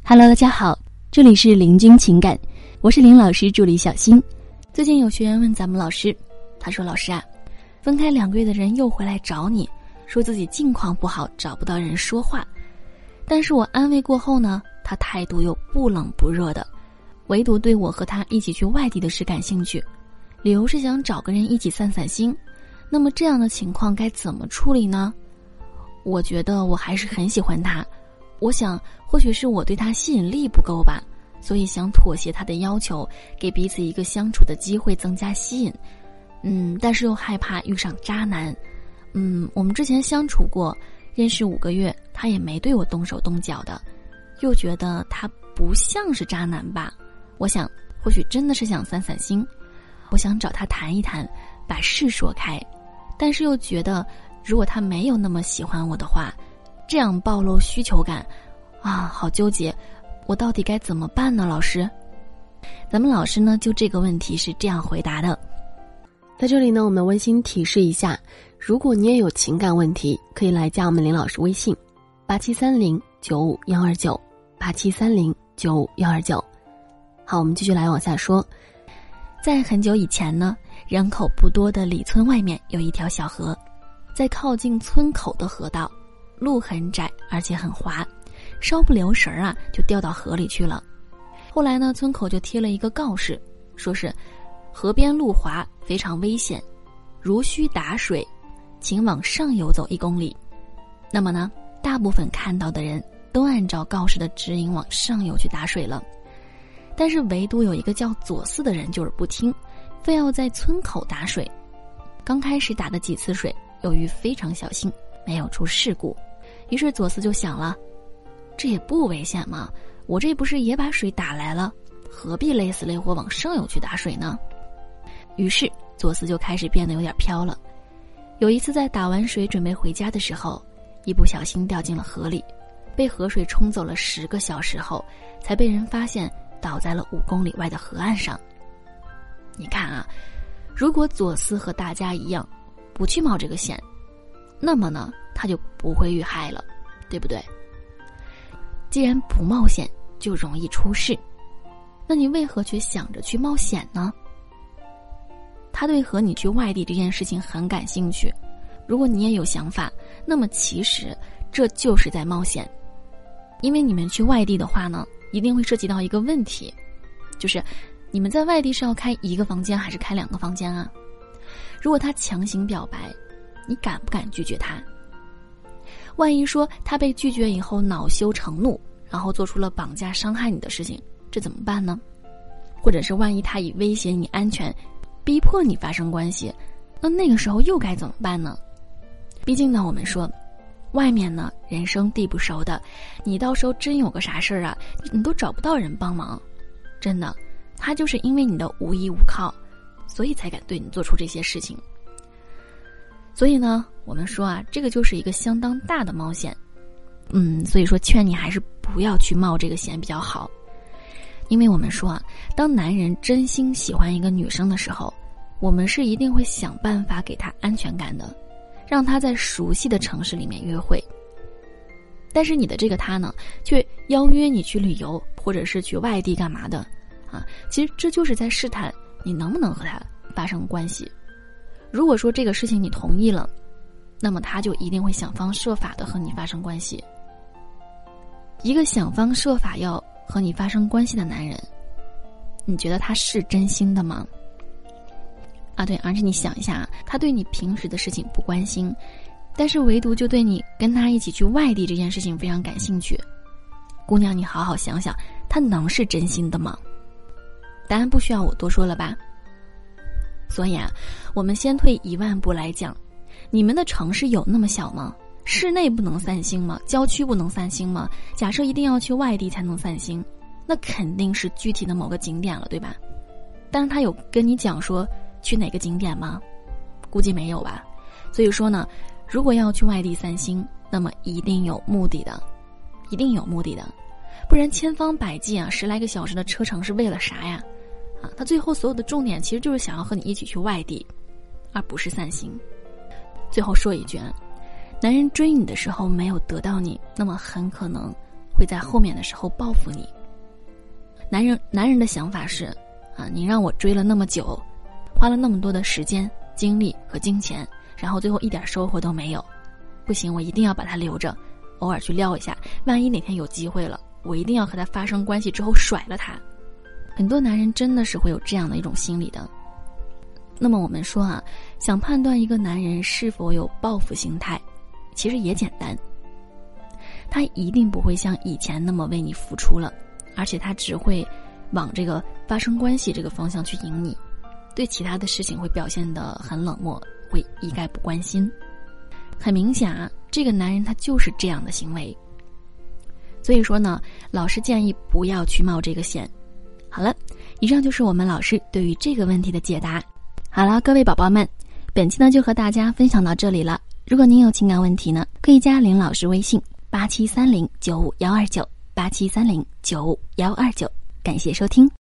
Hello， 大家好，这里是林君情感，我是林老师助理小新。最近有学员问咱们老师，他说：“老师啊，分开2个月的人又回来找你，说自己境况不好，找不到人说话。但是我安慰过后呢，他态度又不冷不热的，唯独对我和他一起去外地的事感兴趣，理由是想找个人一起散散心。那么这样的情况该怎么处理呢？我觉得我还是很喜欢他。”我想或许是我对他吸引力不够吧，所以想妥协他的要求，给彼此一个相处的机会，增加吸引。但是又害怕遇上渣男。我们之前相处过，认识5个月，他也没对我动手动脚的，又觉得他不像是渣男吧。我想或许真的是想散散心，我想找他谈一谈，把事说开。但是又觉得如果他没有那么喜欢我的话，这样暴露需求感啊，好纠结，我到底该怎么办呢？老师，咱们老师呢就这个问题是这样回答的。 在这里呢，我们温馨提示一下，如果你也有情感问题，可以来加我们林老师微信8730-95129 8730-95129。好，我们继续来往下说。 在很久以前呢，人口不多的里村外面有一条小河，在靠近村口的河道，路很窄，而且很滑，稍不留神啊，就掉到河里去了。后来呢，村口就贴了一个告示，说是河边路滑，非常危险，如需打水，请往上游走1公里。那么呢，大部分看到的人都按照告示的指引往上游去打水了，但是唯独有一个叫左四的人就是不听，非要在村口打水。刚开始打的几次水，由于非常小心，没有出事故，于是左四就想了，这也不危险嘛，我这不是也把水打来了，何必累死累活往上游去打水呢？于是左四就开始变得有点飘了。有一次在打完水准备回家的时候，一不小心掉进了河里，被河水冲走了10个小时后，才被人发现倒在了5公里外的河岸上。你看啊，如果左四和大家一样不去冒这个险，那么呢，他就不会遇害了，对不对？既然不冒险就容易出事，那你为何却想着去冒险呢？他对和你去外地这件事情很感兴趣，如果你也有想法，那么其实这就是在冒险。因为你们去外地的话呢，一定会涉及到一个问题，就是你们在外地是要开1个房间还是开2个房间啊？如果他强行表白，你敢不敢拒绝他？万一说他被拒绝以后恼羞成怒，然后做出了绑架伤害你的事情，这怎么办呢？或者是万一他以威胁你安全，逼迫你发生关系，那个时候又该怎么办呢？毕竟呢，我们说外面呢人生地不熟的，你到时候真有个啥事儿啊，你都找不到人帮忙。真的，他就是因为你的无依无靠，所以才敢对你做出这些事情。所以呢，我们说啊，这个就是一个相当大的冒险。所以说劝你还是不要去冒这个险比较好。因为我们说啊，当男人真心喜欢一个女生的时候，我们是一定会想办法给她安全感的，让她在熟悉的城市里面约会。但是你的这个他呢，却邀约你去旅游，或者是去外地干嘛的啊？其实这就是在试探你能不能和他发生关系。如果说这个事情你同意了，那么他就一定会想方设法的和你发生关系。一个想方设法要和你发生关系的男人，你觉得他是真心的吗？对，而且你想一下，他对你平时的事情不关心，但是唯独就对你跟他一起去外地这件事情非常感兴趣。姑娘，你好好想想，他能是真心的吗？答案不需要我多说了吧？所以啊，我们先退1万步来讲，你们的城市有那么小吗？市内不能散心吗？郊区不能散心吗？假设一定要去外地才能散心，那肯定是具体的某个景点了，对吧？但是他有跟你讲说去哪个景点吗？估计没有吧。所以说呢，如果要去外地散心，那么一定有目的的，一定有目的的，不然千方百计啊，10来个小时的车程是为了啥呀？他最后所有的重点其实就是想要和你一起去外地，而不是散心。最后说一句啊，男人追你的时候没有得到你，那么很可能会在后面的时候报复你。男人的想法是你让我追了那么久，花了那么多的时间精力和金钱，然后最后一点收获都没有，不行，我一定要把他留着，偶尔去撩一下，万一哪天有机会了，我一定要和他发生关系之后甩了他。很多男人真的是会有这样的一种心理的。那么我们说想判断一个男人是否有报复心态，其实也简单，他一定不会像以前那么为你付出了，而且他只会往这个发生关系这个方向去引你，对其他的事情会表现得很冷漠，会一概不关心。很明显这个男人他就是这样的行为。所以说呢，老师建议不要去冒这个险。好了，以上就是我们老师对于这个问题的解答。好了，各位宝宝们，本期呢就和大家分享到这里了。如果您有情感问题呢，可以加林老师微信8730951129，8730951129。感谢收听。